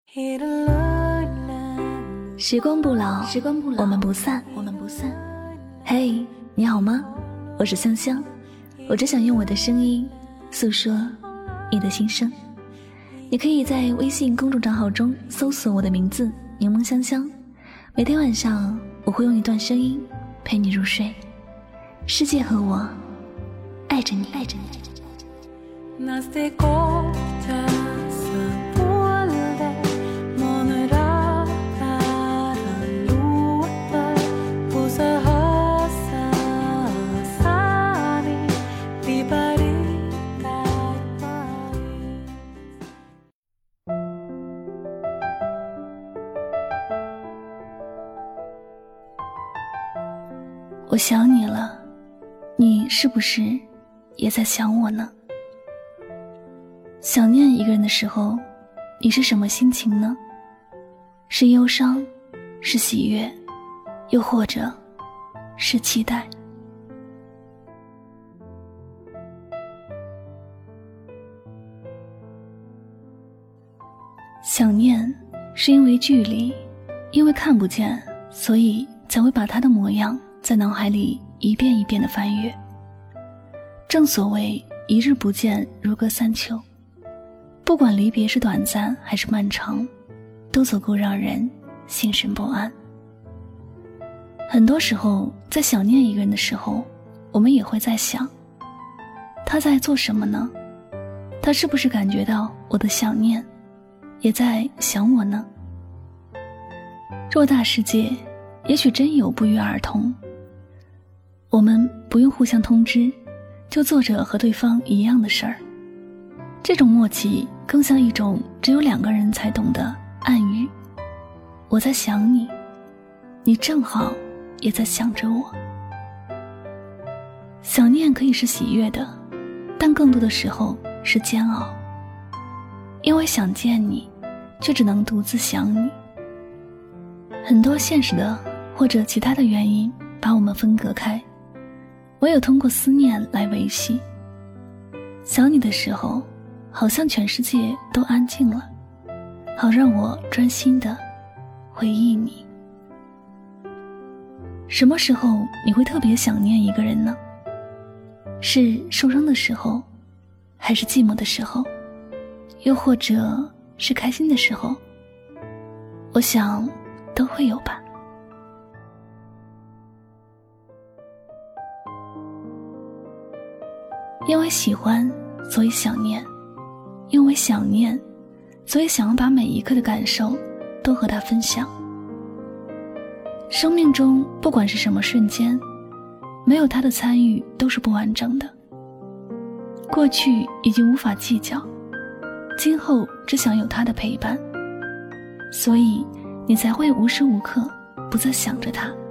时光不老，我们不散。嘿，你好吗？我是香香，我只想用我的声音诉说你的心声。你可以在微信公众账号中搜索我的名字柠檬香香，每天晚上我会用一段声音陪你入睡。世界和我爱着你，爱着你。我想你了，你是不是也在想我呢？想念一个人的时候，你是什么心情呢？是忧伤，是喜悦，又或者是期待？想念是因为距离，因为看不见，所以才会把他的模样在脑海里一遍一遍地翻阅。正所谓一日不见如隔三秋，不管离别是短暂还是漫长，都足够让人心神不安。很多时候在想念一个人的时候，我们也会在想，他在做什么呢？他是不是感觉到我的想念，也在想我呢？偌大世界，也许真有不约而同，我们不用互相通知，就做着和对方一样的事儿。这种默契更像一种只有两个人才懂的暗语。我在想你，你正好也在想着我。想念可以是喜悦的，但更多的时候是煎熬，因为想见你，却只能独自想你。很多现实的或者其他的原因把我们分隔开，唯有通过思念来维系。想你的时候，好像全世界都安静了，好让我专心地回忆你。什么时候你会特别想念一个人呢？是受伤的时候，还是寂寞的时候，又或者是开心的时候？我想都会有吧。因为喜欢，所以想念；因为想念，所以想要把每一刻的感受都和他分享。生命中不管是什么瞬间，没有他的参与都是不完整的。过去已经无法计较，今后只想有他的陪伴，所以你才会无时无刻不再想着他。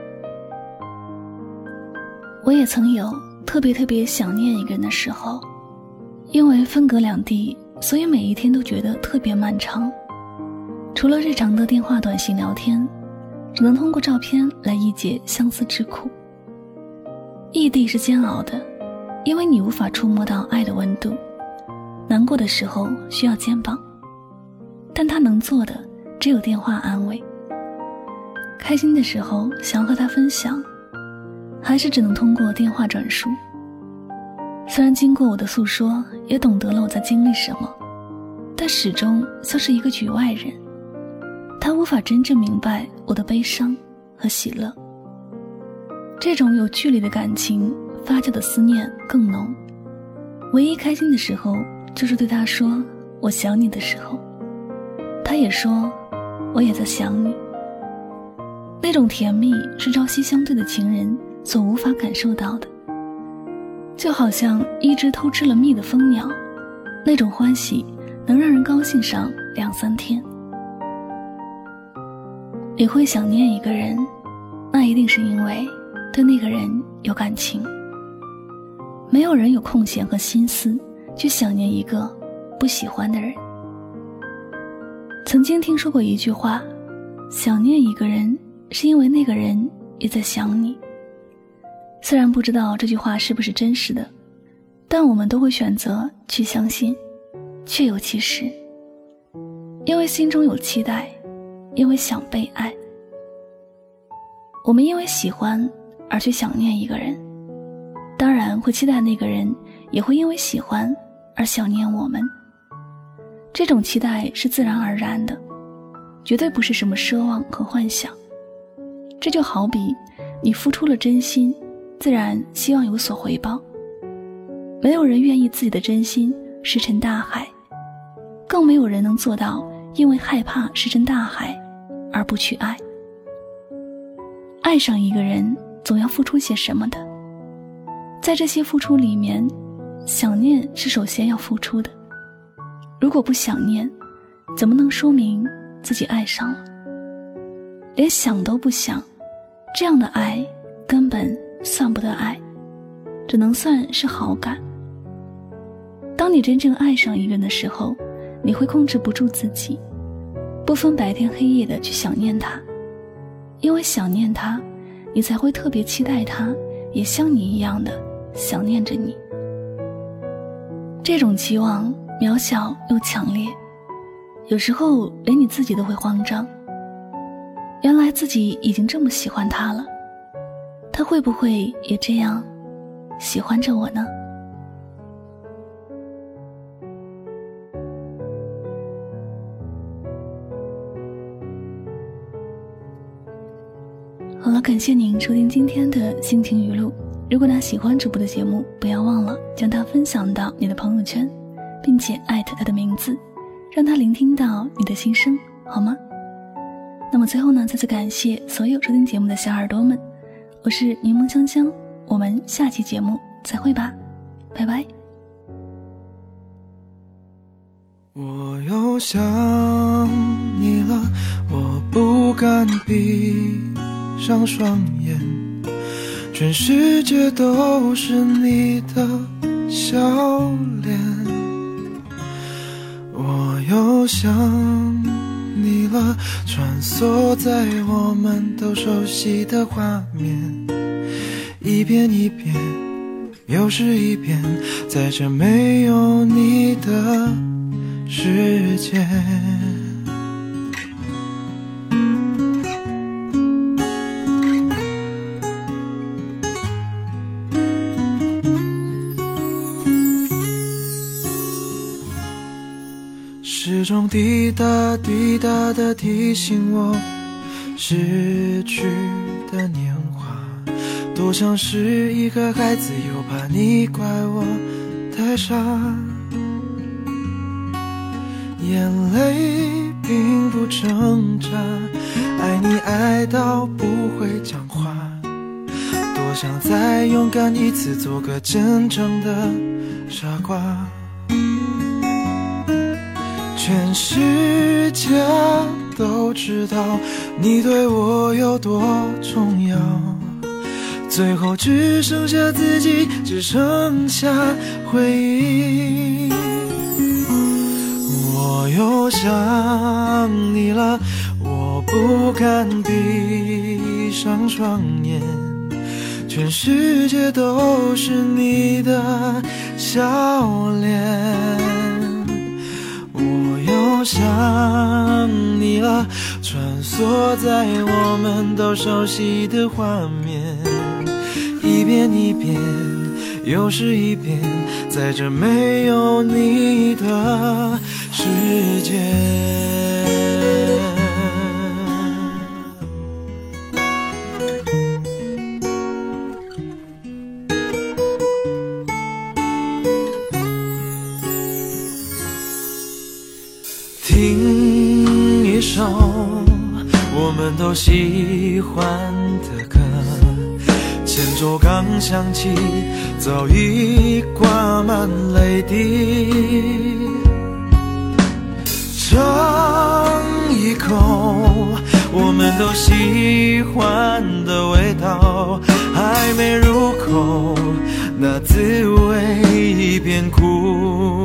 我也曾有特别想念一个人的时候，因为分隔两地，所以每一天都觉得特别漫长。除了日常的电话短信聊天，只能通过照片来一解相思之苦。异地是煎熬的，因为你无法触摸到爱的温度。难过的时候需要肩膀，但他能做的只有电话安慰。开心的时候想要和他分享，还是只能通过电话转述。虽然经过我的诉说，也懂得了我在经历什么，但始终像是一个局外人。他无法真正明白我的悲伤和喜乐。这种有距离的感情，发酵的思念更浓。唯一开心的时候，就是对他说我想你的时候，他也说我也在想你。那种甜蜜是朝夕相对的情人所无法感受到的，就好像一只偷吃了蜜的蜂鸟，那种欢喜能让人高兴上2-3天。你会想念一个人，那一定是因为对那个人有感情。没有人有空闲和心思去想念一个不喜欢的人。曾经听说过一句话，想念一个人是因为那个人也在想你。虽然不知道这句话是不是真实的，但我们都会选择去相信，确有其事。 因为心中有期待，因为想被爱。我们因为喜欢而去想念一个人，当然会期待那个人也会因为喜欢而想念我们。这种期待是自然而然的，绝对不是什么奢望和幻想。这就好比你付出了真心，自然希望有所回报。没有人愿意自己的真心石沉大海，更没有人能做到因为害怕石沉大海而不去爱。爱上一个人总要付出些什么的，在这些付出里面，想念是首先要付出的。如果不想念，怎么能说明自己爱上了？连想都不想，这样的爱根本算不得爱，只能算是好感。当你真正爱上一个人的时候，你会控制不住自己，不分白天黑夜的去想念他，因为想念他，你才会特别期待他也像你一样的想念着你。这种期望渺小又强烈，有时候连你自己都会慌张。原来自己已经这么喜欢他了，他会不会也这样喜欢着我呢？好了，感谢您收听今天的心情语录。如果喜欢主播的节目，不要忘了将它分享到你的朋友圈，并且艾特他的名字，让他聆听到你的心声，好吗？那么最后再次感谢所有收听节目的小耳朵们，我是柠檬香香，我们下期节目再会吧，拜拜。 我又想你了，我不敢闭上双眼，全世界都是你的笑脸。我又想你了，穿梭在我们都熟悉的画面，一遍一遍又是一遍，在这没有你的世界。时钟滴答滴答地提醒我逝去的年华，多像是一个孩子，又怕你怪我太傻。眼泪并不挣扎，爱你爱到不会讲话，多想再勇敢一次，做个真正的傻瓜。全世界都知道你对我有多重要，最后只剩下自己，只剩下回忆。我又想你了，我不敢闭上双眼，全世界都是你的笑脸。我想你了，穿梭在我们都熟悉的画面，一遍一遍又是一遍，在这没有你的世界。听一首我们都喜欢的歌，前奏刚响起，早已挂满泪滴。尝一口我们都喜欢的味道，还没入口，那滋味已变苦。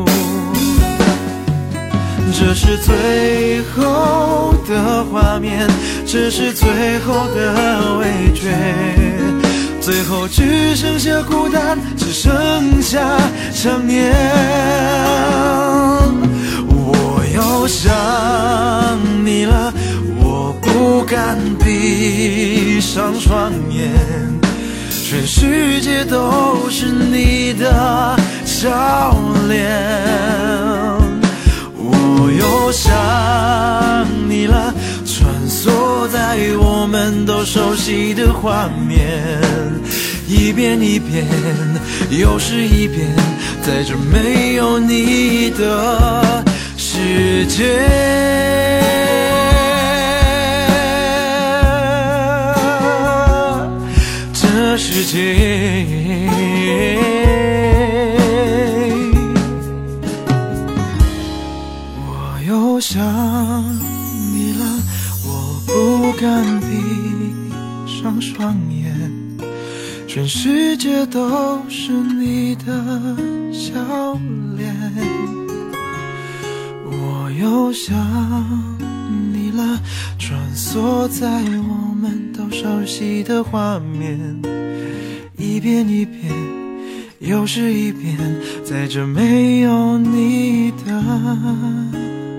这是最后的画面，这是最后的味觉，最后只剩下孤单，只剩下想念。我又想你了，我不敢闭上双眼，全世界都是你的笑脸。我又想你了，穿梭在我们都熟悉的画面，一遍一遍，又是一遍，在这没有你的世界。这世界，我又想你了，我不敢闭上双眼，全世界都是你的笑脸。我又想你了，穿梭在我们都熟悉的画面，一遍一遍，又是一遍，在这没有你的